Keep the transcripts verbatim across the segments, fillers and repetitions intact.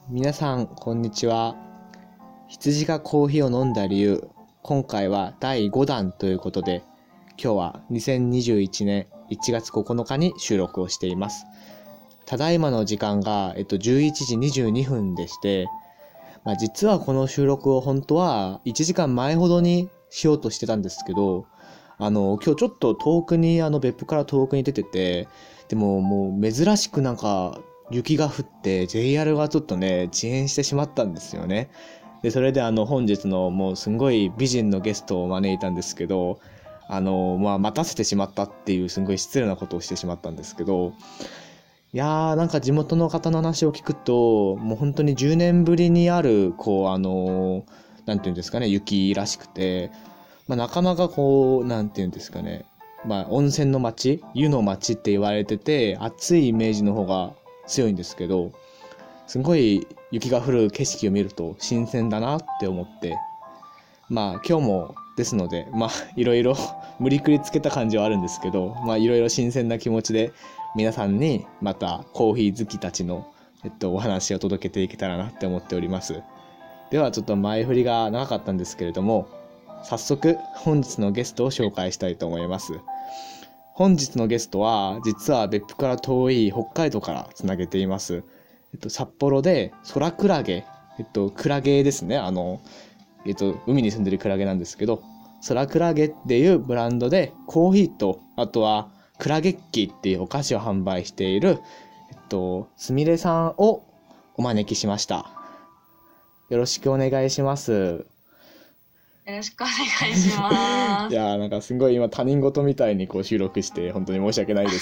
皆さんこんにちは。羊がコーヒーを飲んだ理由、今回はだいごだんということで、今日はにせんにじゅういちねんいちがつここのかに収録をしています。ただいまの時間が、えっと、じゅういちじにじゅうにふんでして、まあ、実はこの収録を本当はいちじかんまえほどにしようとしてたんですけど、あの今日ちょっと遠くにあの別府から遠くに出てて、でももう珍しくなんか雪が降って ジェイアール がちょっとね遅延してしまったんですよね。でそれであの本日のもうすんごい美人のゲストを招いたんですけど、あのまあ待たせてしまったっていうすんごい失礼なことをしてしまったんですけど、いやーなんか地元の方の話を聞くと、もう本当にじゅうねんぶりにあるこうあのなんていうんですかね、雪らしくて、まあ、なかなかこうなんていうんですかね、まあ温泉の町、湯の町って言われてて暑いイメージの方が強いんですけど、すごい雪が降る景色を見ると新鮮だなって思って、まあ今日もですので、まあいろいろ無理くりつけた感じはあるんですけど、まあいろいろ新鮮な気持ちで皆さんにまたコーヒー好きたちの、えっと、お話を届けていけたらなって思っております。ではちょっと前振りが長かったんですけれども、早速本日のゲストを紹介したいと思います。本日のゲストは実は別府から遠い北海道からつなげています。えっと、札幌で空クラゲ、えっと、クラゲですね。あの、えっと、海に住んでるクラゲなんですけど、空クラゲっていうブランドでコーヒーと、あとはクラゲッキーっていうお菓子を販売している、えっと、すみれさんをお招きしました。よろしくお願いします。 よろしくお願いしまいす。 やーなんかすごい今他人事みたいにこう収録して本当に申し訳ないです。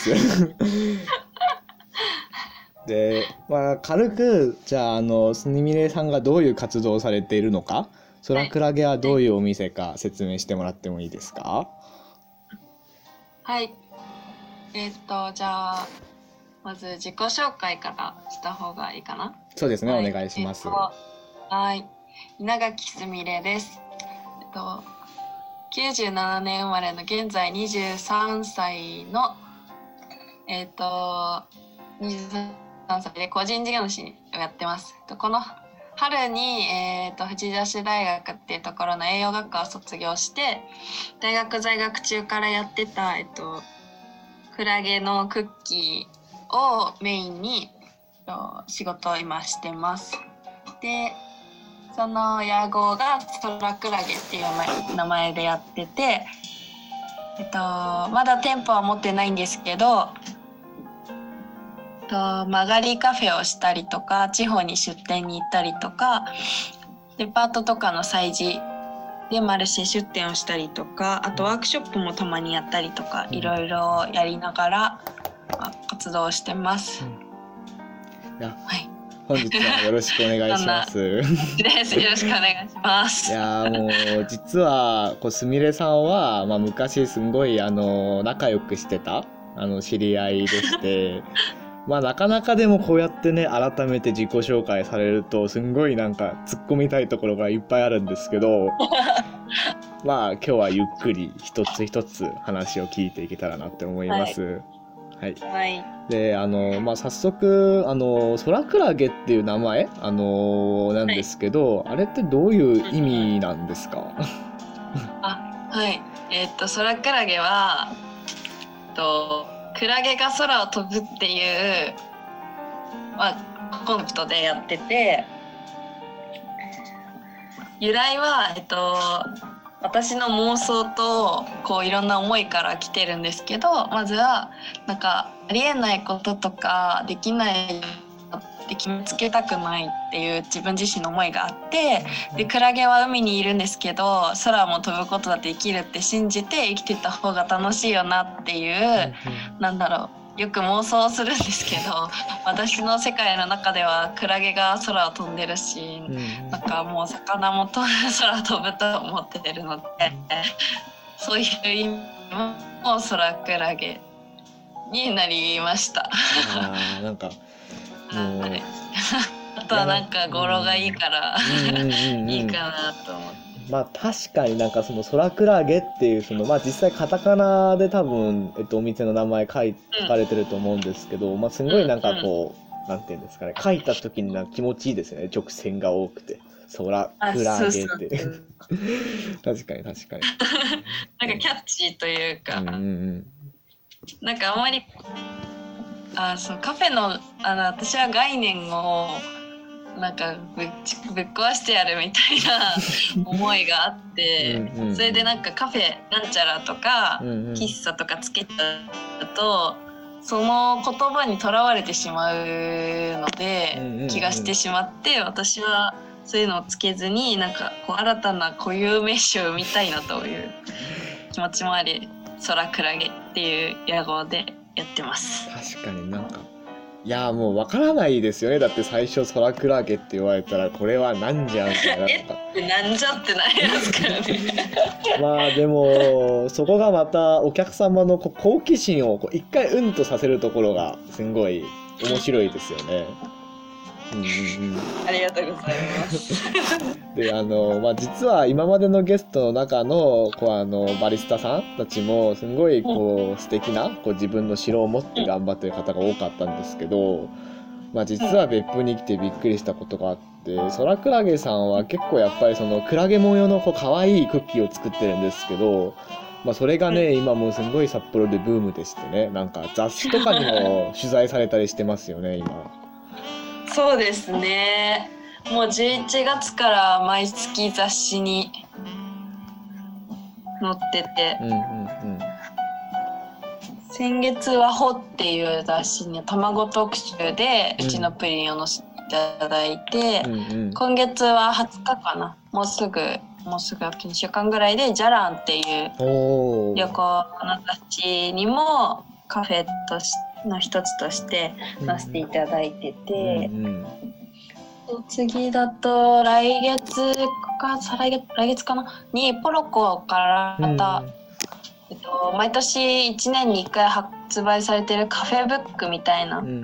で、まあ軽くじゃああのすみれさんがどういう活動をされているのか、 はい。 空クラゲははい。 どういうお店か説明してもらってもいいですか？ はい。えーっと、じゃあ、まず自己紹介からした方がいいかな。 そうですね、おはい。 願いします。 えーっと、はい。稲垣すみれです。えっと、きゅうじゅうななねん生まれの現在にじゅうさんさいの、えーっと、にじゅうさんさいで個人事業主をやってます。とこの春に、えー、と藤枝大学っていうところの栄養学科を卒業して、大学在学中からやってた、えっと、クラゲのクッキーをメインに仕事を今してます。で、その屋号が空クラゲっていう名前でやってて、えっと、まだ店舗は持ってないんですけど、と曲がりカフェをしたりとか、地方に出店に行ったりとか、デパートとかの催事でマルシェ出店をしたりとか、あとワークショップもたまにやったりとか、いろいろやりながら活動してます。 いや、 はい。 本日はよろしくお願いします。 です。よろしくお願いします。 いやーもう実はこうすみれさんは、まあ、昔すんごいあの仲良くしてたあの知り合いでして、まあなかなかでもこうやってね改めて自己紹介されるとすんごいなんか突っ込みたいところがいっぱいあるんですけど、まあ今日はゆっくり一つ一つ話を聞いていけたらなって思います。はい。 はい。 で、あのまあ早速あの空クラゲっていう名前あのなんですけど、はい、あれってどういう意味なんですか？ あ、はい。えー、っと空クラゲは、えっとクラゲが空を飛ぶっていう、まあ、コンセプトでやってて、由来は、えっと、私の妄想とこういろんな思いから来てるんですけど、まずはなんかありえないこととかできないって決めつけたくないっていう自分自身の思いがあって、でクラゲは海にいるんですけど空も飛ぶことだってできるって信じて生きてた方が楽しいよなっていう、なんだろう、よく妄想するんですけど、私の世界の中ではクラゲが空を飛んでるし、なんかもう魚も空飛ぶと思ってるので、そういう意味も空クラゲになりました。 あなんかもう、はい、 あとはなんか語呂がいいからいいかなと思って。 まあ確かになんかその空クラゲっていうそのまあ実際カタカナで多分、えっと、お店の名前書い書かれてると思うんですけど、まあすごいなんかこなんていうんですかね、書いた時になんか気持ちいいですよね、直線が多くて。空あ、 クラそうそうゲって。 そう。 確かに確かに。 なんかキャッチーというか、 うんうんうん。 なんかあんまり、あ、そう、カフェの、あの、私は概念を、なんかぶっちぶっ壊してやるみたいな思いがあって、 うんうんうん、 それでなんかカフェなんちゃらとか、 うんうん、 喫茶とかつけたとその言葉にとらわれてしまうので、 うんうんうん、 気がしてしまって、私はそういうのをつけずになんかこう新たな固有名詞を生みたいなという気持ちもあり、空クラゲっていう屋号でやってます。 確かになんか、いやもうわからないですよね。だって最初空クラゲって言われたらこれはなんじゃみたいな。 えなんじゃってなりますからね。 まあでもそこがまたお客様のこう好奇心をこう一回うんとさせるところがすごい面白いですよね。うんうんうん、 ありがとうございます。 であの、まあ、実は今までのゲストの中のこうあのバリスタさんたちもすごいこう素敵なこう自分の城を持って頑張ってる方が多かったんですけど、まあ、実は別府に来てびっくりしたことがあって、空クラゲさんは結構やっぱりそのクラゲ模様のこう可愛いクッキーを作ってるんですけど、まあ、それがね今もうすごい札幌でブームでしてね、なんか雑誌とかにも取材されたりしてますよね今。 そうですね。もうじゅういちがつから毎月雑誌に載ってて、 うんうんうん、 先月はほっていう雑誌に卵特集でうちのプリンを載せていただいて、うんうん、今月ははつかかな、もうすぐもうすぐにしゅうかんぐらいでジャランっていう旅行の雑誌にもカフェとしての一つとして載せていただいてて、うんうんうん、次だと来月か再来月来月かなにポロコからまた、うんえっと、毎年いちねんにいっかい発売されてるカフェブックみたいな、うんうんうん、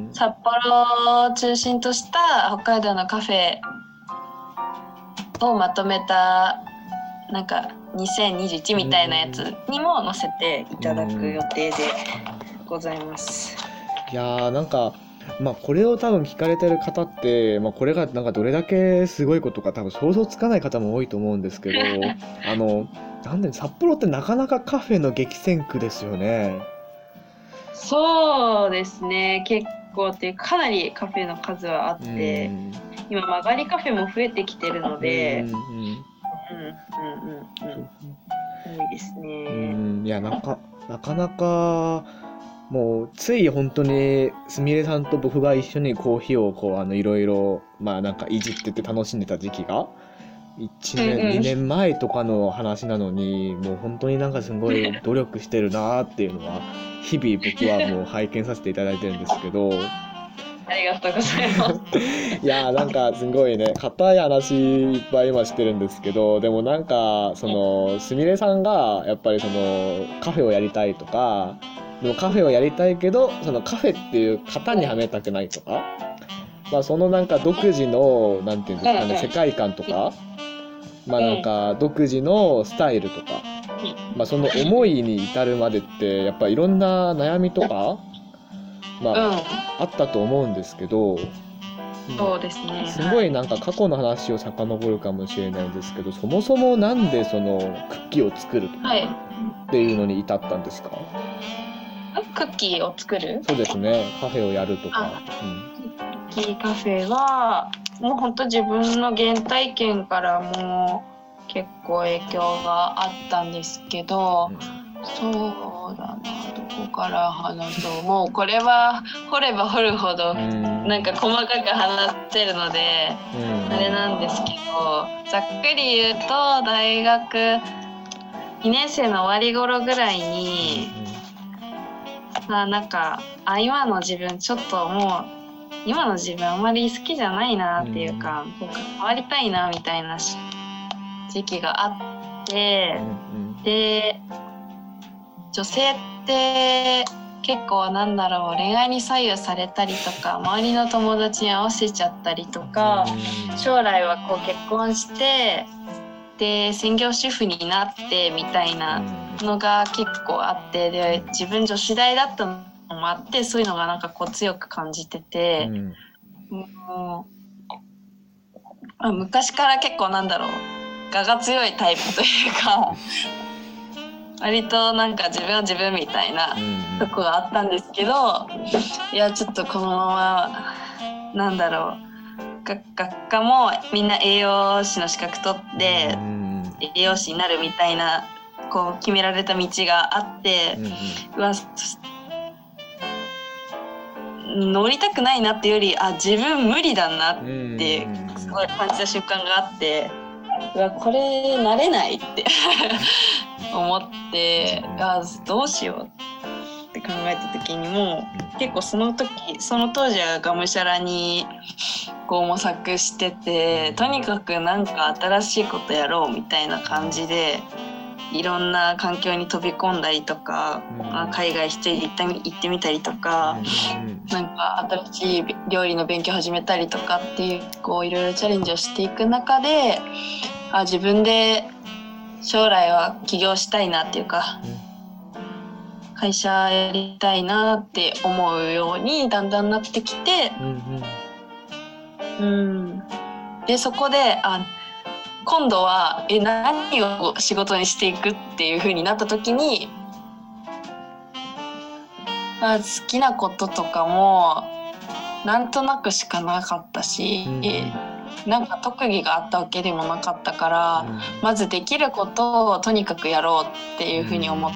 札幌を中心とした北海道のカフェをまとめたなんかにせんにじゅういちみたいなやつにも載せていただく予定でございます。 いやーなんかまあこれを多分聞かれてる方って、まあ、これがなんかどれだけすごいことか多分想像つかない方も多いと思うんですけどあのなんで札幌ってなかなかカフェの激戦区ですよね。 そうですね、結構っていうかなりカフェの数はあって、今曲がりカフェも増えてきてるので、うんうんうんうんうん多いですね。 うんいやなかなかなかもうつい本当にすみれさんと僕が一緒にコーヒーをこうあのいろいろまあなんかいじってて楽しんでた時期がいちねん、うんうん、にねんまえとかの話なのにもう本当になんかすごい努力してるなっていうのは日々僕はもう拝見させていただいてるんですけどありがとうございますいやーなんかすごいね硬い話いっぱい今してるんですけど、でもなんかそのすみれさんがやっぱりそのカフェをやりたいとかでもカフェをやりたいけどそのカフェっていう型にはめたくないとか、まあ、そのなんか独自のなんていうんですかね世界観とかまあなんか独自のスタイルとか、まあ、その思いに至るまでってやっぱいろんな悩みとかまあ、うん、あったと思うんですけど、 そうですね、 すごいなんか過去の話を遡るかもしれないんですけど、そもそもなんでそのクッキーを作るとかっていうのに至ったんですか？ はい、クッキーを作る？ そうですね、カフェをやるとか、 うん、クッキーカフェはもう本当自分の原体験からも結構影響があったんですけど、うん、そうだな、どこから話そう。もうこれは掘れば掘るほどなんか細かく話せるのであれなんですけど、ざっくり言うと大学にねん生の終わり頃ぐらいに、まあなんかあ今の自分ちょっともう今の自分あんまり好きじゃないなっていうか、こう変わりたいなみたいな時期があって、で女性って結構なんだろう恋愛に左右されたりとか周りの友達に合わせちゃったりとか、将来はこう結婚してで専業主婦になってみたいなのが結構あって、で自分女子大だったのもあって、そういうのがなんかこう強く感じてて、 うん、 もうあ昔から結構なんだろう我が強いタイプというか割となんか自分は自分みたいなとこがあったんですけど、いやちょっとこのままなんだろうが学科もみんな栄養士の資格取って栄養士になるみたいなこう決められた道があって、 うんうん、 うわ乗りたくないなっていうよりあ自分無理だなってすごい感じた瞬間があって、うわこれなれないって思ってあどうしようって考えた時にも結構その時その当時はがむしゃらにこう模索してて、とにかくなんか新しいことやろうみたいな感じでいろんな環境に飛び込んだりとか、うん、海外一人で行った行ってみたりとか、うん、なんか新しい料理の勉強始めたりとかっていうこういろいろチャレンジをしていく中であ自分で将来は起業したいなっていうか、うん、会社やりたいなって思うようにだんだんなってきて、うんうん、でそこであ今度はえ何を仕事にしていくっていう風になった時に、まあ、好きなこととかもなんとなくしかなかったし、うん、なんか特技があったわけでもなかったから、うん、まずできることをとにかくやろうっていう風に思って、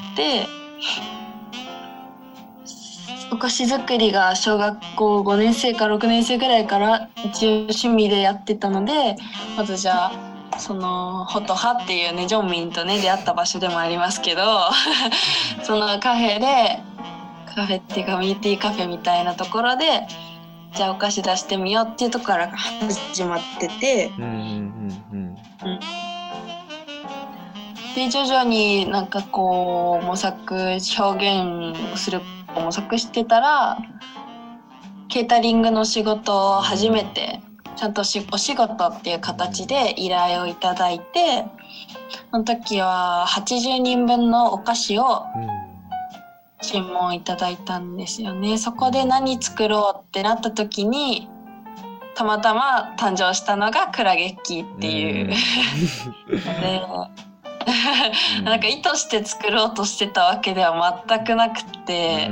うん、お菓子作りが小学校ごねん生かろくねん生ぐらいから一応趣味でやってたので、まずじゃあそのホトハっていうねジョンミンとね出会った場所でもありますけどそのカフェでカフェっていうかミニティカフェみたいなところでじゃあお菓子出してみようっていうところから始まってて、うんうんうんうん、で徐々になんかこう模索表現する模索してたらケータリングの仕事を初めて、うんちゃんとしお仕事っていう形で依頼をいただいて、その時ははちじゅうにんぶんのお菓子を注文いただいたんですよね。そこで何作ろうってなった時にたまたま誕生したのがクラゲッキーっていうでなんか意図して作ろうとしてたわけでは全くなくて、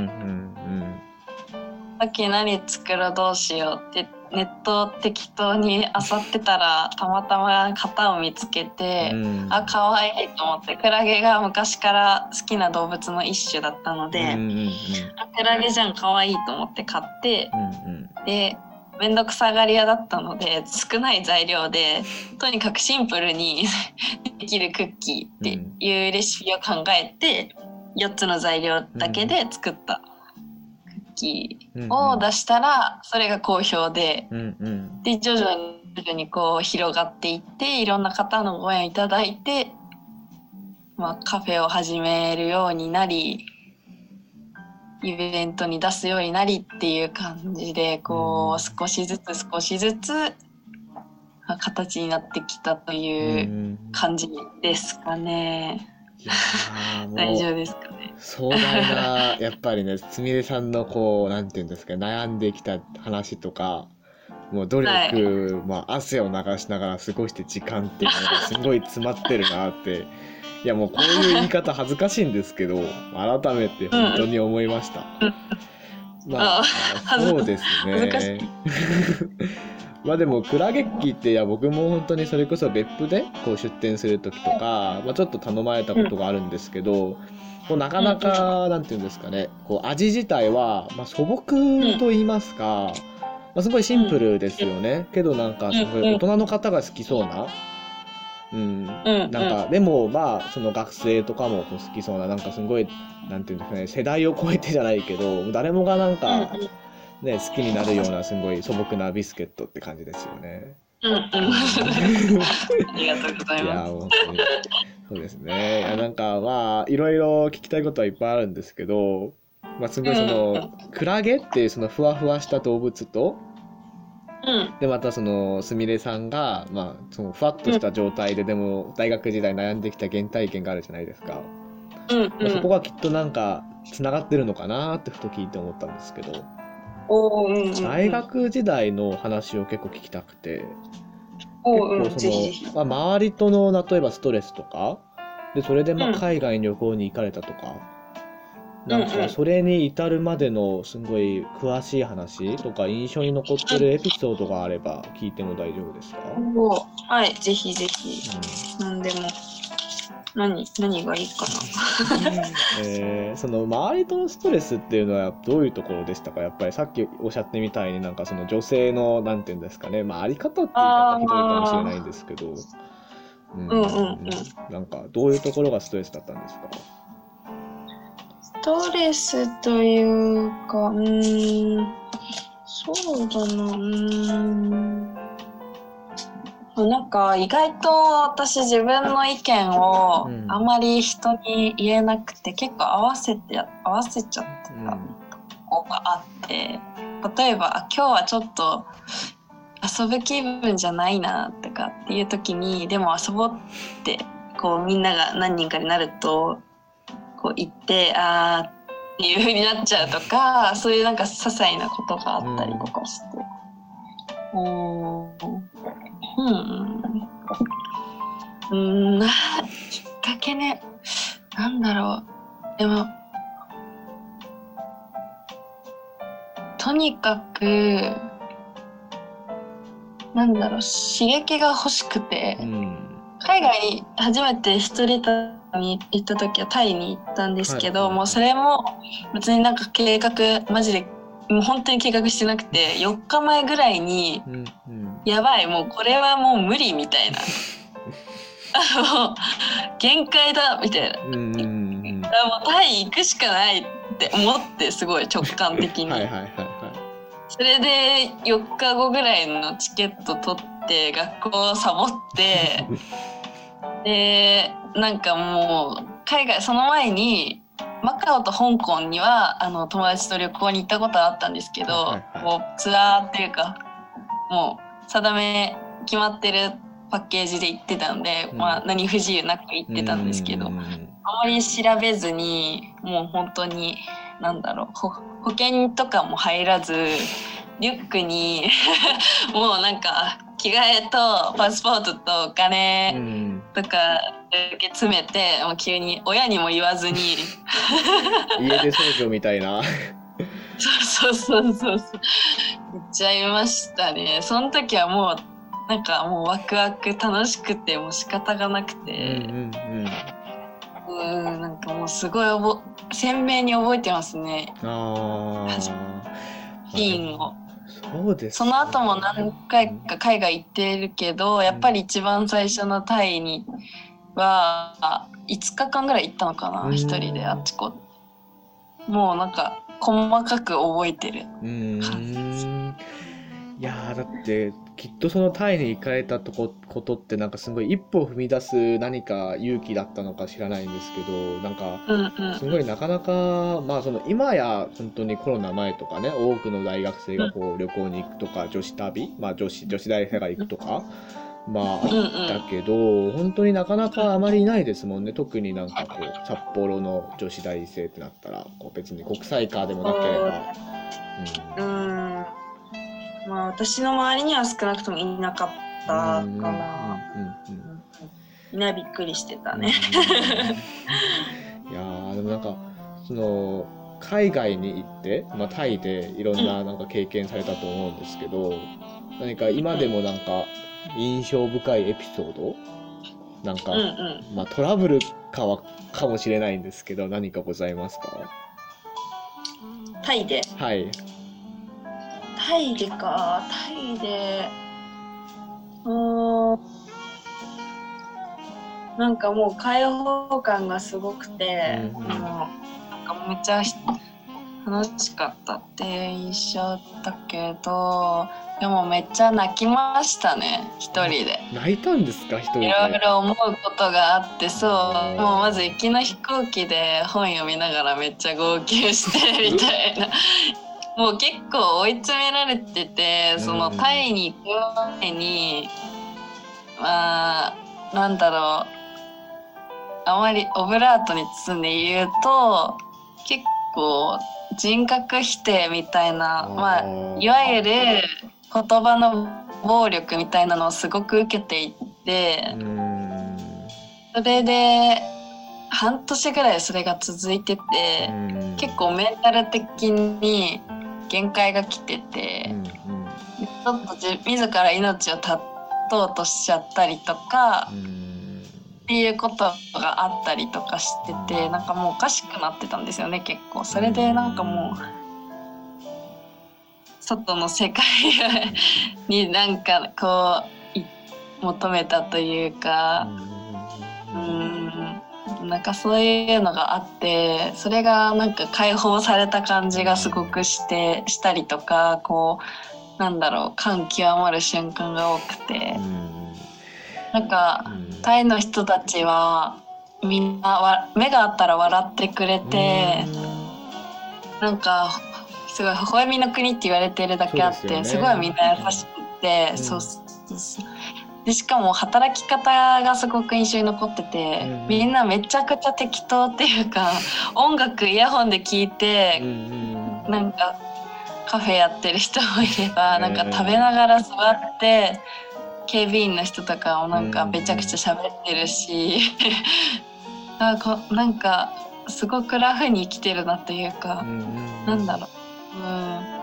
さっき何作ろうどうしようってネット適当に漁ってたらたまたま型を見つけて、うん、あ可愛いと思ってクラゲが昔から好きな動物の一種だったので、うんうんうん、あクラゲじゃん可愛いと思って買って、うんうん、でめんどくさがり屋だったので少ない材料でとにかくシンプルにできるクッキーっていうレシピを考えてよっつの材料だけで作った、うんを出したらそれが好評で、うんうん、で徐々に徐々にこう広がっていっていろんな方のご縁いただいて、まあ、カフェを始めるようになりイベントに出すようになりっていう感じでこう少しずつ少しずつ形になってきたという感じですかね。 いや大丈夫ですかね。 壮大なやっぱりねすみれさんのこうなんていうんですか悩んできた話とかもう努力、はいまあ、汗を流しながら過ごして時間っていうのがすごい詰まってるなっていやもうこういう言い方恥ずかしいんですけど改めて本当に思いました、うん、まあそうですねまあでもクラゲッキーっていや僕も本当にそれこそ別府でこう出店する時とか、まあ、ちょっと頼まれたことがあるんですけど、こうなかなかなんていうんですかねこう味自体はまあ素朴と言いますか、まあ、すごいシンプルですよねけどなんかすごい大人の方が好きそうな、うん、なんかでもまあその学生とかも好きそうななんかすごいなんていうんですかね世代を超えてじゃないけど誰もがなんかね、好きになるようなすごい素朴なビスケットって感じですよね。 うんうん。ありがとうございます。いや本当にそうですね。いやなんかまあいろいろ聞きたいことはいっぱいあるんですけど、まあすごいその、うん、クラゲっていうそのふわふわした動物と、うん、でまたそのすみれさんがまあそのふわっとした状態で、うん、でも大学時代悩んできた原体験があるじゃないですか。うんうんまあ、そこがきっとなんかつながってるのかなってふと聞いて思ったんですけど、 おー、うんうんうん、 大学時代の話を結構聞きたくて、 おー、うん、 結構そぜひぜひ。 の、まあ、周りとの例えばストレスとかで、それでまあうん海外に旅行に行かれたとか、なんうんうんかそれに至るまでのすごい詳しい話とか印象に残ってるエピソードがあれば聞いても大丈夫ですか？ おー、はい、ぜひぜひ。 うなんでも。何、何がいいかな。 んえーその周りとのストレスっていうのはどういうところでしたか？やっぱりさっきおっしゃってみたいになんかその女性のなんていうんですかね、まああり方って言い方あひどいかもしれないんあ、 ですけど、うんうんうんうん。 なんかどういうところがストレスだったんですか？ ストレスというか、うーん、そうだな、うーん。なんか意外と私自分の意見をうんあまり人に言えなくて、結構合わせて合わせちゃってたとこがあって、例えばあ今日はちょっと遊ぶ気分じゃないなとかっていう時に、でも遊ぼうってこうみんなが何人かになるとこう言ってあーっていう風になっちゃうとか、そういうなんか些細なことがあったりとかして、うーんうんうーんきっかけね、なんだろう、でもとにかくなんだろう、刺激が欲しくて、 うん、 海外に初めて一人旅に行った時はタイに行ったんですけど、 はいはいはい、 もうそれも別になんか計画マジでもう本当に計画してなくて、よっかまえぐらいに、 うんうん、 やばいもうこれはもう無理みたいなもう限界だみたいな、 うんうんうん、 もうタイ行くしかないって思って、すごい直感的にはいはいはいはい、 それでよっかごぐらいのチケット取って学校をサボってでなんかもう海外、その前にマカオと香港にはあの友達と旅行に行ったことはあったんですけど、 はいはいはい、 こうツアーっていうかもう定め決まってるパッケージで行ってたんで、うん、まあ何不自由なく行ってたんですけど、あまり調べずにもう本当になんだろう、保険とかも入らずリュックにもうなんか着替えとパスポートとお金とかだけ詰めて、もう急に親にも言わずに家出少女みたいなそうそうそうそうそう言っちゃいましたね。その時はもうなんかもうワクワク楽しくてもう仕方がなくて、うんうんうん、なんかもうすごいおぼ鮮明に覚えてますね。ああ、シーンを。 そうです、ね、 その後も何回か海外行ってるけど、やっぱり一番最初のタイにはいつかかんぐらい行ったのかな、一人であっちこもうなんか細かく覚えてる感じです。 いやだってきっとそのタイに行かれたとこことってなんかすごい一歩踏み出す何か勇気だったのか知らないんですけど、なんかすごいなかなか、まあその今や本当にコロナ前とかね、多くの大学生がこう旅行に行くとか女子旅、まあ女子女子大生が行くとかまああったけど、本当になかなかあまりいないですもんね。特になんかこう札幌の女子大生ってなったらこう別に国際カーでもなければ、 うん、うんまあ私の周りには少なくともいなかったかな。みんなびっくりしてたね。 いやーでもなんかその海外に行って、まあ、タイでいろんななんか経験されたと思うんですけど、何か今でもなんか印象深いエピソードなんか、うんうん、まあトラブルかはかもしれないんですけど何かございますか？ タイで？ はい。 タイでか、タイで、うーん、なんかもう開放感がすごくて、うんうん、なんかめっちゃ楽しかったって印象だったけど、でもめっちゃ泣きましたね、一人で。 泣いたんですか、一人で？ いろいろ思うことがあって、そう、もうまず行きの飛行機で本読みながらめっちゃ号泣してみたいな。もう結構追い詰められてて、そのタイに行く前に、まあなんだろう、あまりオブラートに包んで言うと、結構人格否定みたいな、まあ、 ーいわゆる言葉の暴力みたいなのをすごく受けていて、 うーんそれで半年ぐらいそれが続いてて、 うーん結構メンタル的に限界が来てて、 うんうんちょっと自自ら命を絶とうとしちゃったりとかうーんっていうことがあったりとかしてて、なんかもうおかしくなってたんですよね結構。それでなんかもう外の世界になんかこうい求めたというか、うーんなんかそういうのがあって、それがなんか解放された感じがすごくしてしたりとか、こうなんだろう感極まる瞬間が多くて、なんかタイの人たちはみんなわ目があったら笑ってくれて、なんかすごい微笑みの国って言われてるだけあって、 す,、ね、すごいみんな優しくて、うん、そうそうそうでしかも働き方がすごく印象に残ってて、うん、みんなめちゃくちゃ適当っていうか音楽イヤホンで聴いて、うん、なんかカフェやってる人もいれば、なんか食べながら座って警備員の人とかもなんかめちゃくちゃ喋ってるし、うん、なんかなんかすごくラフに生きてるなというか、うん、なんだろう、うん、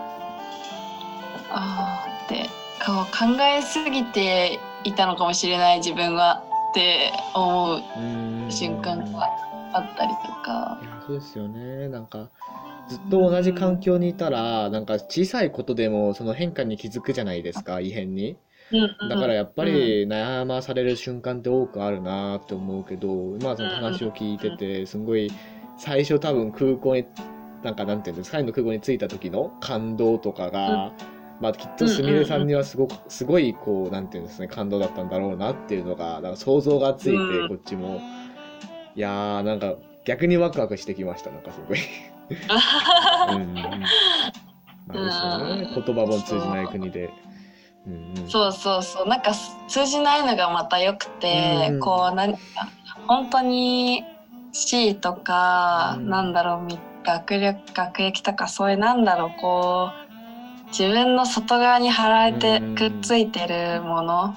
あーってこう考えすぎていたのかもしれない自分はって思う瞬間があったりとか。 いやそうですよね。なんかずっと同じ環境にいたら、なんか小さいことでもその変化に気づくじゃないですか、異変に。だからやっぱり悩まされる瞬間って多くあるなって思うけど、今その話を聞いててすごい最初多分空港になんかなんていうんですか、タイの空港に着いた時の感動とかが、まあきっとすみれさんにはすごくすごいこうなんていうんですね、感動だったんだろうなっていうのがなんか想像がついて、こっちもいやーなんか逆にワクワクしてきました。なんかすごいうんうん、まあですよね、言葉も通じない国で。うんうん、 そうそうそう、なんか通じないのがまたよくて、うんうん、こう何か本当に C とか、うん、なんだろう学力学歴とかそういうなんだろうこう自分の外側に貼られてくっついてるもの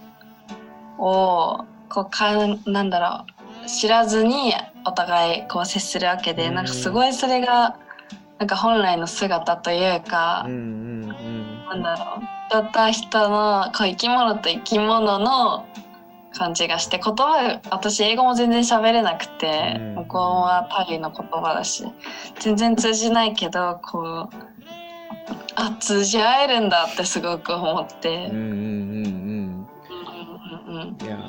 をこうかなんだろう知らずにお互いこう接するわけで、うん、なんかすごいそれがなんか本来の姿というか、うんうんうん、なんだろう人と人のこう生き物と生き物の感じがして、言葉私英語も全然喋れなくて、うん、向こうはパリの言葉だし全然通じないけど、こうあ通じ合えるんだってすごく思って、うんうんうんうんうんうん、いや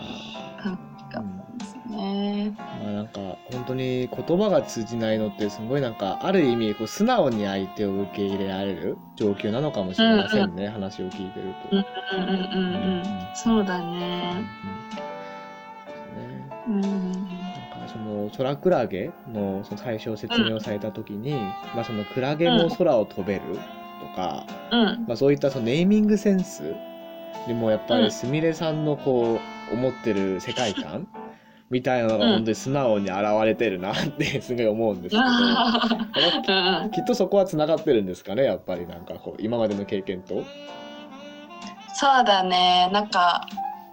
ね、まあなんか本当に言葉が通じないのってすごいなんかある意味こう素直に相手を受け入れられる状況なのかもしれませんね、うんうん、話を聞いてると。うんうんうんうん、 そうだね。 うん、なんかその空クラゲのその最初説明をされた時に、うん、まあそのクラゲも空を飛べるとか、うんまあ、そういったそのネーミングセンスでもやっぱりすみれさんのこう思ってる世界観みたいなのが本当に素直に現れてるなってすごい思うんですけど、うん、きっとそこはつながってるんですかね、やっぱりなんかこう今までの経験と。 そうだね、なんか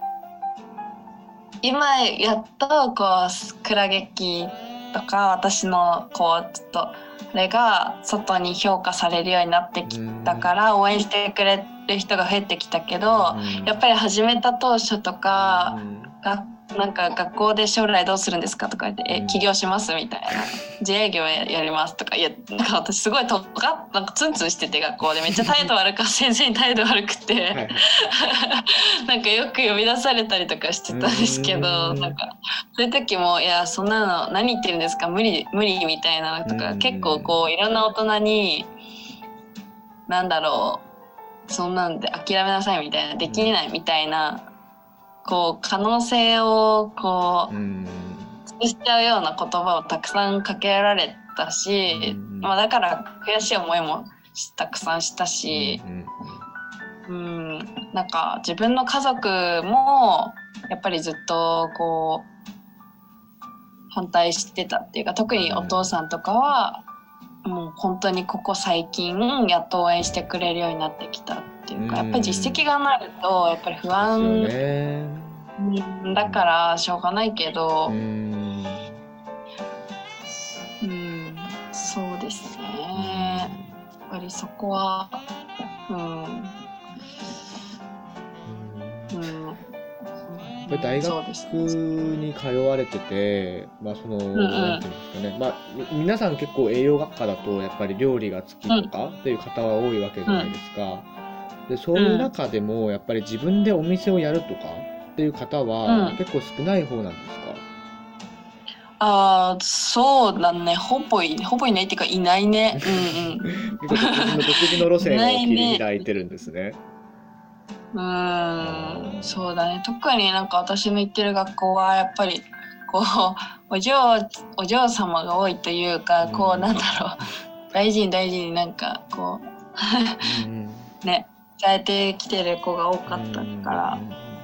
今やっとこうクラゲ期とか私のこうちょっとあれが外に評価されるようになってきたから応援してくれる人が増えてきたけど、やっぱり始めた当初とかがなんか学校で将来どうするんですかとか言って、え起業しますみたいな、自営業やりますとか、いやなんか私すごいとかなんかツンツンしてて、学校でめっちゃ態度悪か先生に態度悪くてなんかよく呼び出されたりとかしてたんですけど、なんかそういう時もいやそんなの何言ってるんですか無理無理みたいなのとか、結構こういろんな大人になんだろうそんなんで諦めなさいみたいな、できないみたいなこう可能性をこう尽くしちゃうような言葉をたくさんかけられたし、うんまあ、だから悔しい思いもたくさんしたし、うん、なんか自分の家族もやっぱりずっとこう反対してたっていうか、特にお父さんとかはもう本当にここ最近やっと応援してくれるようになってきたっていうか、やっぱり実績がないとやっぱり不安ですよね。 だからしょうがないけど、 うん、 うん、そうですね。やっぱりそこは、うん、うん、 やっぱり大学に通われてて、まあその、 うんうん、 なんていうんですかね、まあみ皆さん結構栄養学科だとやっぱり料理が好きとかっていう方は多いわけじゃないですか。で、そういう中でもやっぱり自分でお店をやるとかっていう方はうん、 結構少ない方なんですか？ ああ、そうだね。ほぼい、ほぼいないっていうか、いないね。うん結構独自の独自の路うん。い線を切りないね。 開いてるんですね。 うーん、そうだね。特になんか私の行ってる学校はやっぱりこうお嬢お嬢様が多いというか、こうなんだろう、大事に大事になんかこうん、 うね伝えてきてる子が多かったから、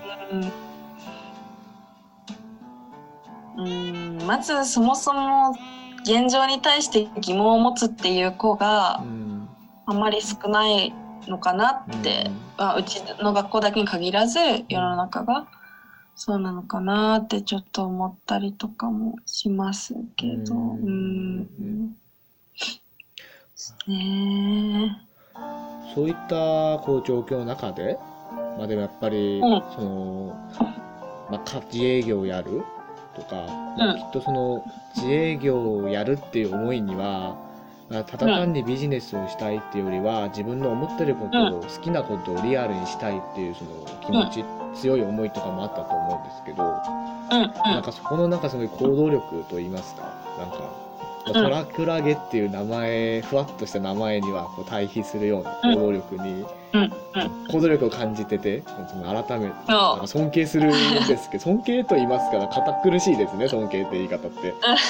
うん、うん、まずそもそも現状に対して疑問を持つっていう子があんまり少ないのかなって、 うんまあ、うちの学校だけに限らず世の中がそうなのかなってちょっと思ったりとかもしますけど、うん、うんね。 そういったこう状況の中で、まあでもやっぱり、 うん、 その、まあ、自営業をやるとか、まあ、きっとその自営業をやるっていう思いには、まあ、ただ単にビジネスをしたいっていうよりは自分の思ってることを、好きなことをリアルにしたいっていうその気持ち、強い思いとかもあったと思うんですけど、なんかそこのなんかすごい行動力といいますか、なんか、まあ、トラクラゲっていう名前、ふわっとした名前にはこう対比するような行動力に、行動力を感じてて、改めてなんか尊敬するんですけど、尊敬と言いますから堅苦しいですね、尊敬って言い方って。うん、なんか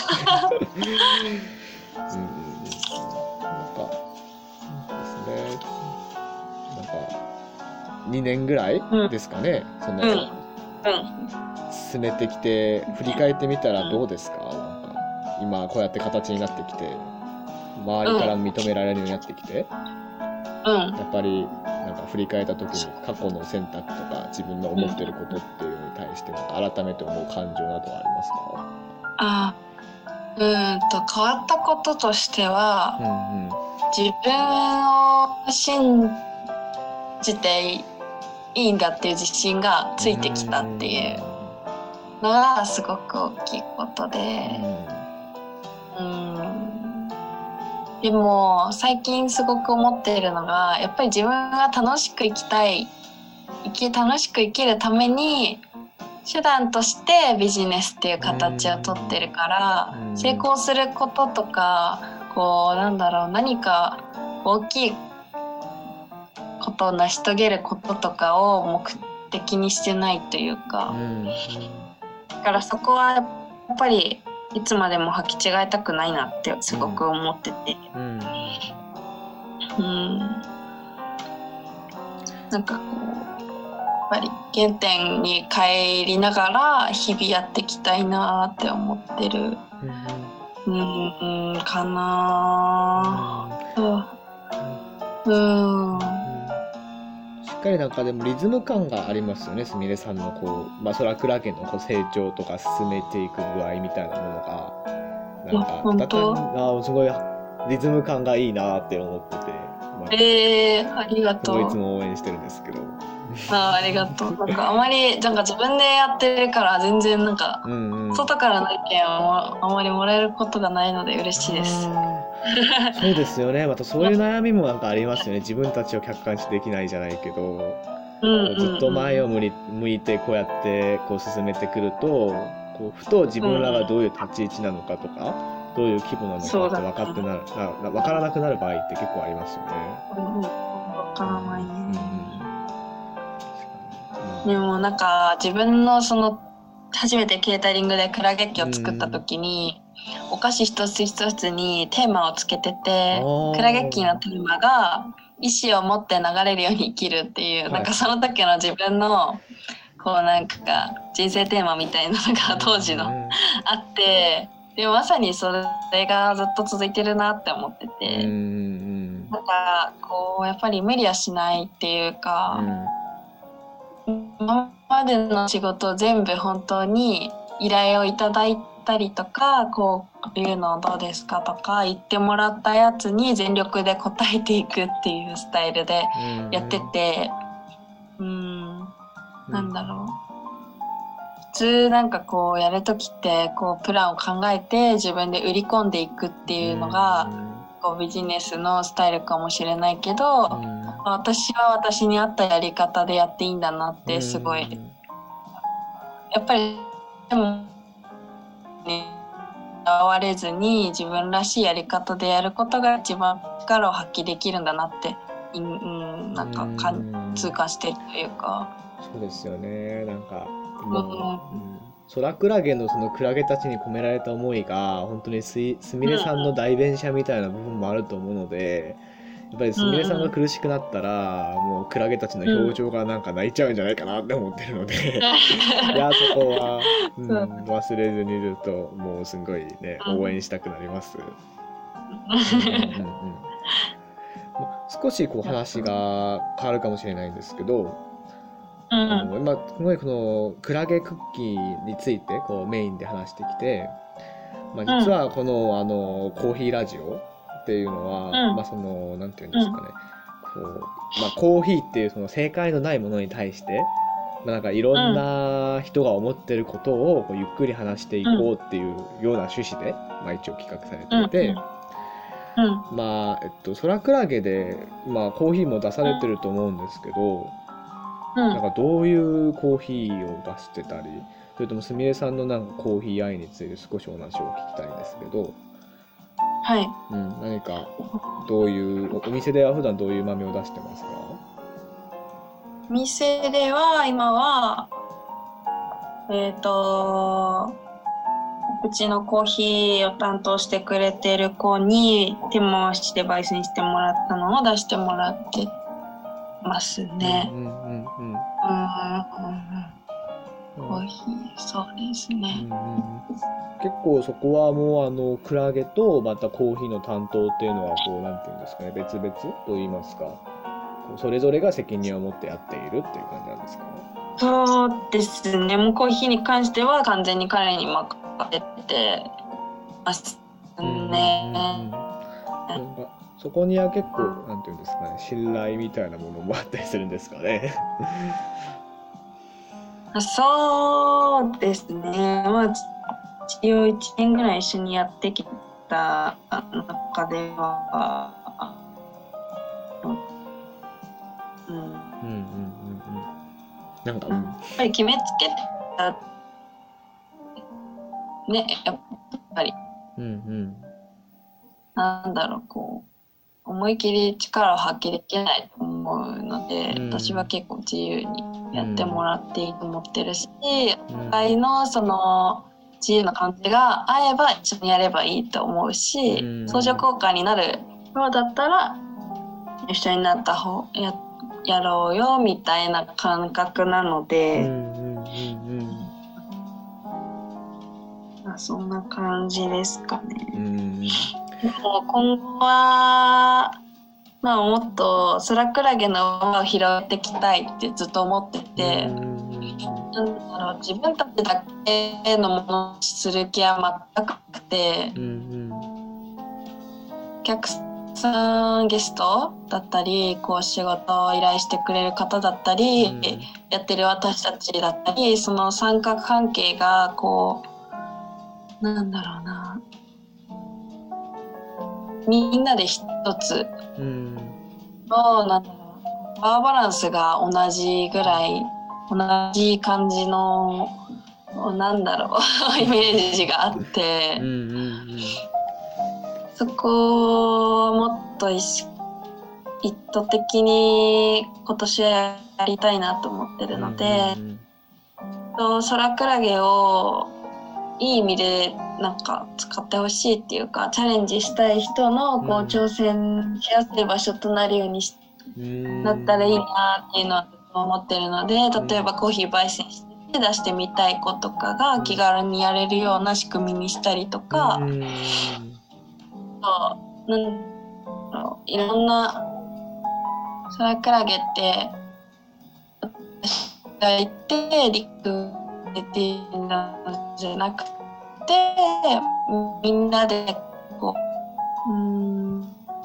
ですね、なんかにねんぐらいですかね、その、進めてきて振り返ってみたらどうですか？なんか今こうやって形になってきて、周りから認められるようになってきて、うん、やっぱりなんか振り返った時に過去の選択とか自分の思ってることっていうのに対してなんか改めて思う感情などはありますか？ あうんと変わったこととしては、うんうん、自分を信じていいんだっていう自信がついてきたっていうのがすごく大きいことで、うん、でも最近すごく思っているのが、やっぱり自分が楽しく生きたい生き楽しく生きるために手段としてビジネスっていう形をとってるから、成功することとかこうなんだろう、何か大きいことを成し遂げることとかを目的にしてないというか、だからそこはやっぱりいつまでも履き違えたくないなってすごく思ってて、うん、うん、なんかこうやっぱり原点に帰りながら日々やっていきたいなって思ってる、うん、うん、かな、うん、うん、 しっかりなんかでもリズム感がありますよね、すみれさんのこう、まあ、空倉家のこう成長とか進めていく具合みたいなものがなんか本当あすごいリズム感がいいなって思ってて、 まあ、えー、ありがとう。 いつも応援してるんですけど。 あ, ありがとう。なんかあまりなんか自分でやってるから全然なんか外からの意見をあまりもらえることがないので嬉しいです。 そうですよね。またそういう悩みもなんかありますよね。自分たちを客観視できないじゃないけど、うんうんうん、ずっと前を向いてこうやってこう進めてくると、こうふと自分らがどういう立ち位置なのかとか、うん、どういう規模なのかって分かってなる、な分からなくなる場合って結構ありますよね。 うんうん、分からないね。うん、でもなんか自分のその初めてケータリングでクラゲッキを作った時に、うん、お菓子一つ一つにテーマをつけてて、クラゲッキのテーマが意志を持って流れるように生きるっていう、はい、なんかその時の自分のこうなんか人生テーマみたいなのが当時のあって、 でもまさにそれがずっと続いてるなって思ってて、 うんうんなんかこうやっぱり無理はしないっていうか、今までの仕事を全部本当に依頼をいただいたりとか、こういうのどうですかとか言ってもらったやつに全力で答えていくっていうスタイルでやってて、うん、なんだろう、普通なんかこうやるときってこうプランを考えて自分で売り込んでいくっていうのがこうビジネスのスタイルかもしれないけど、私は私に合ったやり方でやっていいんだなってすごい、やっぱりでもね、あわれずに自分らしいやり方でやることが一番力を発揮できるんだなって、うん、なんか感痛感してるというか。 そうですよね。なんかもう、うん、空クラゲのそのクラゲたちに込められた思いが本当にすすみれさんの代弁者みたいな部分もあると思うので、やっぱりすみれさんが苦しくなったら、うん、もうクラゲたちの表情がなんか泣いちゃうんじゃないかなって思ってるので、うん、いやそこは、うん、忘れずにいるともうすごいね応援したくなります。うんうんうん、少しこう話が変わるかもしれないんですけど、うん、あの今すごいこのクラゲクッキーについてこうメインで話してきて、まあ、実はこの、うん、あのコーヒーラジオっていうのは、うん、まあそのなんていうんですかね、こう、まあ、コーヒーっていうその正解のないものに対して、まあ、なんかいろんな人が思ってることをこうゆっくり話していこうっていうような趣旨で、まあ、一応企画されていて、うん、まあえっと空クラゲで、まあ、コーヒーも出されてると思うんですけど、うん、なんかどういうコーヒーを出してたり、それともすみれさんのなんかコーヒー愛について少しお話を聞きたいんですけど、 はい、 うん、何かどういうお店では普段どういう豆を出してますか？ 店では今はえっとうちのコーヒーを担当してくれてる子に手回しで焙煎してもらったのを出してもらってますね。うんうんうんうん。コーヒー、そうですね。うんうん、 結構そこはもうあのクラゲとまたコーヒーの担当っていうのはこうなんていうんですかね、別々と言いますか、それぞれが責任を持ってやっているっていう感じなんですか？ そうですね。もうコーヒーに関しては完全に彼に任せてますね。うんうんうん、 なんかそこには結構なんていうんですかね、信頼みたいなものもあったりするんですかね。 そうですね。まあ一応いちねんぐらい一緒にやってきた中では、うん、うんうんうんうん、なんか、うん、やっぱり決めつけたね、やっぱり、うんうん、なんだろう、こう思い切り力を発揮できないと思うので、うん、私は結構自由にやってもらっていいと思ってるし、うん、お互いのその自由な感じが合えば一緒にやればいいと思うし、うん、相乗効果になるようだったら一緒になった方ややろうよみたいな感覚なので、うんうんうんうん、そんな感じですかね。うん、でも今後はまあもっと空クラゲの輪を拾っていきたいってずっと思ってて、うん、なんだろう、自分たちだけのものにする気は全くなくて、うんうん、お客さんゲストだったりこう仕事を依頼してくれる方だったり、うん、やってる私たちだったり、その三角関係がこうなんだろうな、みんなで一つの、うん、なんだろう、パワーバランスが同じぐらい同じ感じのなんだろうイメージがあって、うんうんうん、そこをもっと意識意図的に今年はやりたいなと思ってるので、うんうんうん、空クラゲをいい意味でなんか使ってほしいっていうか、チャレンジしたい人のこう挑戦しやすい場所となるようにし、うん、なったらいいなっていうのは思ってるので、例えばコーヒー焙煎して出してみたい子とかが気軽にやれるような仕組みにしたりとか、 うん。 そうなんだろう、いろんな空クラゲって私がいて陸でなんじゃなくて、みんなでこう、うーん、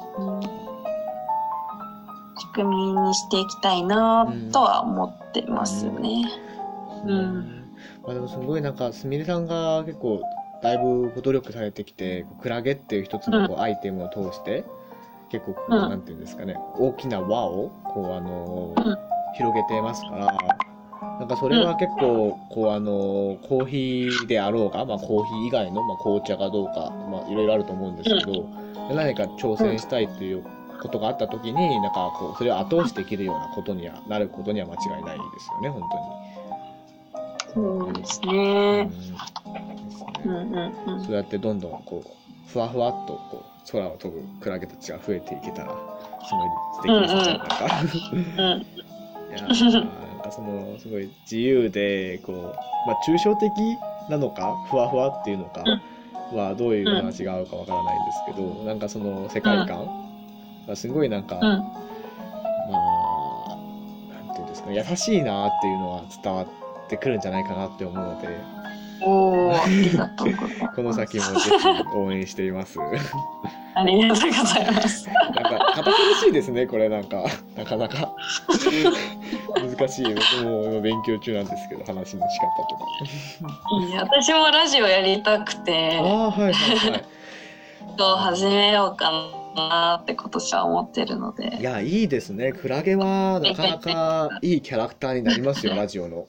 仕組みにしていきたいなとは思ってますね。うん。うん、 まあでもすごいなんかすみれさんが結構だいぶご努力されてきて、クラゲっていう一つのこうアイテムを通して結構こう、 うん、 なんていうんですかね、大きな輪をこうあのうん、 広げてますから、なんかそれは結構こうあのコーヒーであろうが、まあ、コーヒー以外の、まあ、紅茶かどうか、まあ、いろいろあると思うんですけど、何か挑戦したいっていうことがあった時になんかこうそれを後押しできるようなことにはなることには間違いないですよね、本そうです当に。うんね。 ですね。 うんうんうん。 そうやってどんどんこうふわふわっとこう空を飛ぶクラゲたちが増えていけたらすごい素敵ですね、なんか。 うんいやーなんかそのすごい自由でこう、まあ、抽象的なのかふわふわっていうのかはどういう話が合うかわからないんですけど、なんかその世界観がすごいなんか、 うん。 まあなんていうんですかね、優しいなっていうのは伝わってくるんじゃないかなって思うので、 おー、ありがとうございます。 この先もぜひ応援しています。 ありがとうございます。 なんか堅苦しいですね、これなんかなかなか難しい。僕も今勉強中なんですけど、話の仕方とか。 いや、私もラジオやりたくて、 ああ、はいはいはい。 と始めようかなって今年は思ってるので。 いや、いいですね。クラゲはなかなかいいキャラクターになりますよ、ラジオの。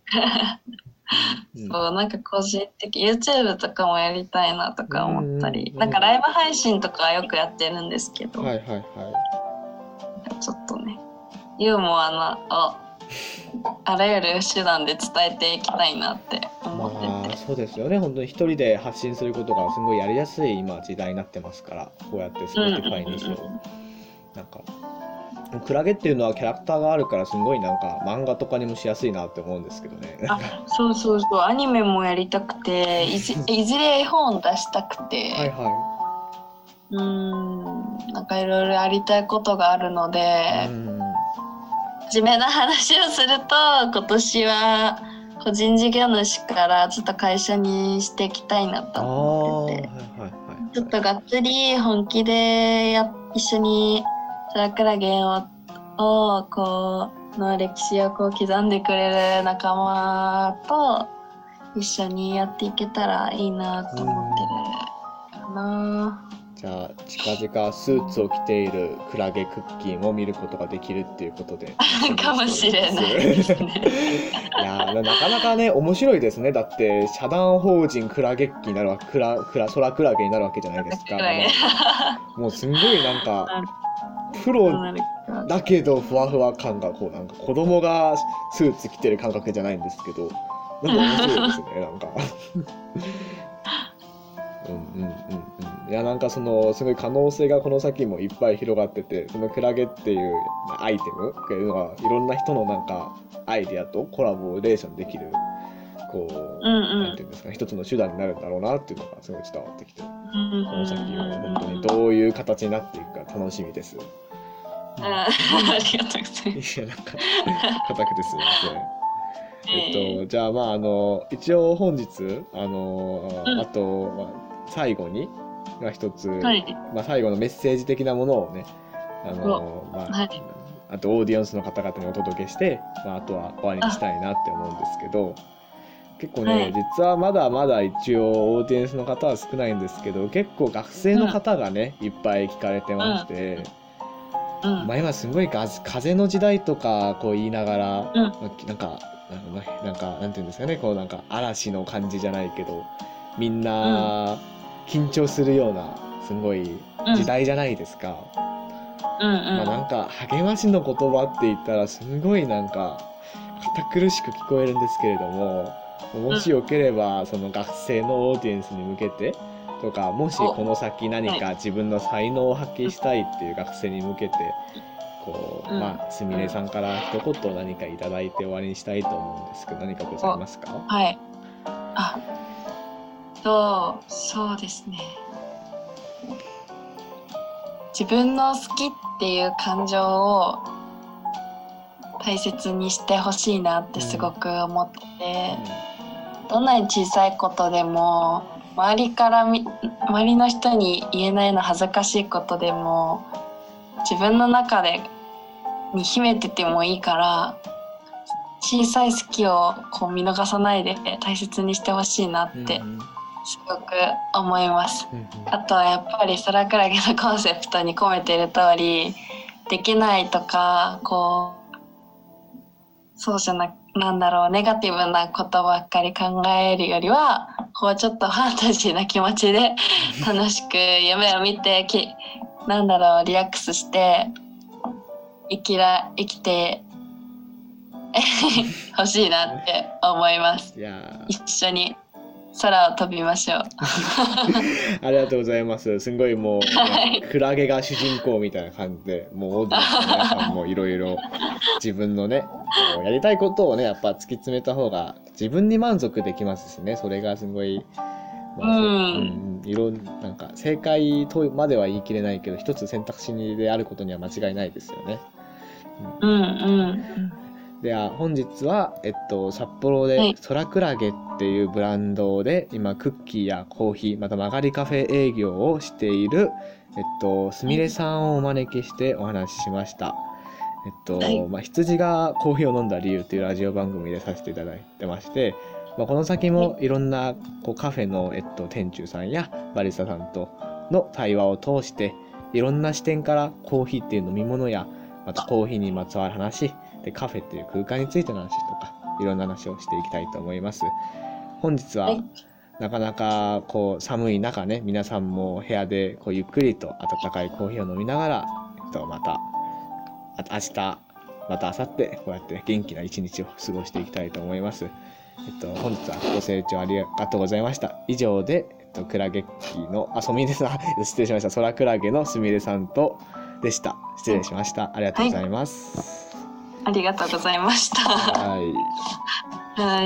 うん、 そう、なんか個人的 YouTube とかもやりたいなとか思ったり、 うんうんうん、 なんかライブ配信とかはよくやってるんですけど、 はいはいはい。 ちょっとね、ユーモアなああらゆる手段で伝えていきたいなって思ってて、 まあそうですよね。本当に一人で発信することがすごいやりやすい今時代になってますから、こうやって Spotify にしろ、なんかクラゲっていうのはキャラクターがあるからすごいなんか漫画とかにもしやすいなって思うんですけどね。 あ、そうそうそう、アニメもやりたくて、いじいずれ絵本出したくて、 はいはうーん、なんかいろいろやりたいことがあるのい。 で、 うん真面目な話をすると、今年は個人事業主からちょっと会社にしていきたいなと思ってて、 はいはいはい、 ちょっとがっつり本気でや一緒に空クラゲををこうの歴史をこう刻んでくれる仲間と一緒にやっていけたらいいなと思ってるかな。 じゃあ近々スーツを着ているクラゲクッキーも見ることができるっていうことでかもしれないですね。 いやなかなかね面白いですね。だって社団法人クラゲッキーになるわけ、クラクラ空クラゲになるわけじゃないですか。もうすんごいなんかプロだけどふわふわ感がこうなんか子供がスーツ着てる感覚じゃないんですけど、なんか面白いですねなんかうんうんうんうん。いやなんかそのすごい可能性がこの先もいっぱい広がってて、そのクラゲっていうアイテムっていうのがいろんな人のなんかアイデアとコラボレーションできるこう、 うんうん、 なんていうんですかね、一つの手段になるんだろうなっていうのがすごい伝わってきて、こうんの先は本当にどういう形になっていくか楽しみです。 うん、ありがとうございます。 いやなんか固くてすみません。えっと、 えー、 じゃあまああの一応本日あの、 うん、 あと、まあ、最後にが一つ、 はい、 まあ、最後のメッセージ的なものをねあの、まあ、 はい、 あとオーディエンスの方々にお届けして、まあ、あとは終わりにしたいなって思うんですけど、結構ね、はい、実はまだまだ一応オーディエンスの方は少ないんですけど、結構学生の方がね、うん、いっぱい聞かれてまして、うんうん、まあ今すごい風の時代とかこう言いながら、うん、なんかなんかなんていうんですかね、こうなんか嵐の感じじゃないけどみんな緊張するようなすごい時代じゃないですか。うんうん、まあなんか励ましの言葉って言ったらすごいなんか堅苦しく聞こえるんですけれども、もしよければその学生のオーディエンスに向けてとか、もしこの先何か自分の才能を発揮したいっていう学生に向けてこう、 うんまあすみれさんから一言何かいただいて終わりにしたいと思うんですけど、何かございますか？ はい。あ、そう、そうですね。自分の好きっていう感情を大切にしてほしいなってすごく思ってて、どんなに小さいことでも周りからみ周りの人に言えないような恥ずかしいことでも自分の中でに秘めててもいいから、小さい好きをこう見逃さないで大切にしてほしいなってすごく思います。あとはやっぱり空クラゲのコンセプトに込めている通り、できないとかこうそうじゃななんだろうネガティブなことばっかり考えるよりは、こうちょっとファンタジーな気持ちで楽しく夢を見てきなんだろうリラックスして生きら生きて欲しいなって思います。 いや一緒に空を飛びましょう。 ありがとうございます。すごいもう、ね、クラゲが主人公みたいな感じで、もうオーディエンスの皆さんもいろいろ自分のねやりたいことをねやっぱ突き詰めた方が自分に満足できますしね、それがすごい、まあ、 うんうん、いろんなんか正解とまでは言い切れないけど、一つ選択肢であることには間違いないですよね。 うんうんうんでは本日は、えっと、札幌で空クラゲっていうブランドで今クッキーやコーヒーまた曲がりカフェ営業をしている、えっと、すみれさんをお招きしてお話ししました。えっとはいまあ、羊がコーヒーを飲んだ理由というラジオ番組でさせていただいてまして、まあ、この先もいろんなこうカフェの、えっと、店主さんやバリスタさんとの対話を通していろんな視点からコーヒーっていう飲み物やまたコーヒーにまつわる話でカフェっていう空間についての話とかいろんな話をしていきたいと思います。本日はなかなかこう寒い中ね、皆さんも部屋でこうゆっくりと温かいコーヒーを飲みながら、えっと、また明日また明後日こうやって元気な一日を過ごしていきたいと思います。えっと、本日はご清聴ありがとうございました。以上で、えっと、クラゲッキーのあすみれさん失礼しました空クラゲのすみれさんとでした。失礼しました。ありがとうございます。 はい、ありがとうございました。 はい。 はい。